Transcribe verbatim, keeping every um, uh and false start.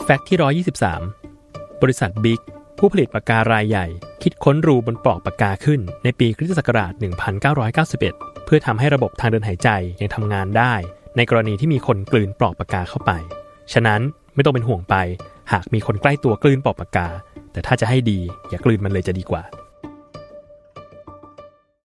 แฟกต์ที่หนึ่งร้อยยี่สิบสามบริษัทบิ๊กผู้ผลิตปากการายใหญ่คิดค้นรูบนปลอกปากกาขึ้นในปีคริสตศักราชหนึ่งพันเก้าร้อยเก้าสิบเอ็ดเพื่อทำให้ระบบทางเดินหายใจยังทำงานได้ในกรณีที่มีคนกลืนปลอกปากกาเข้าไปฉะนั้นไม่ต้องเป็นห่วงไปหากมีคนใกล้ตัวกลืนปลอกปากกาแต่ถ้าจะให้ดีอย่ากลืนมันเลยจะดีกว่า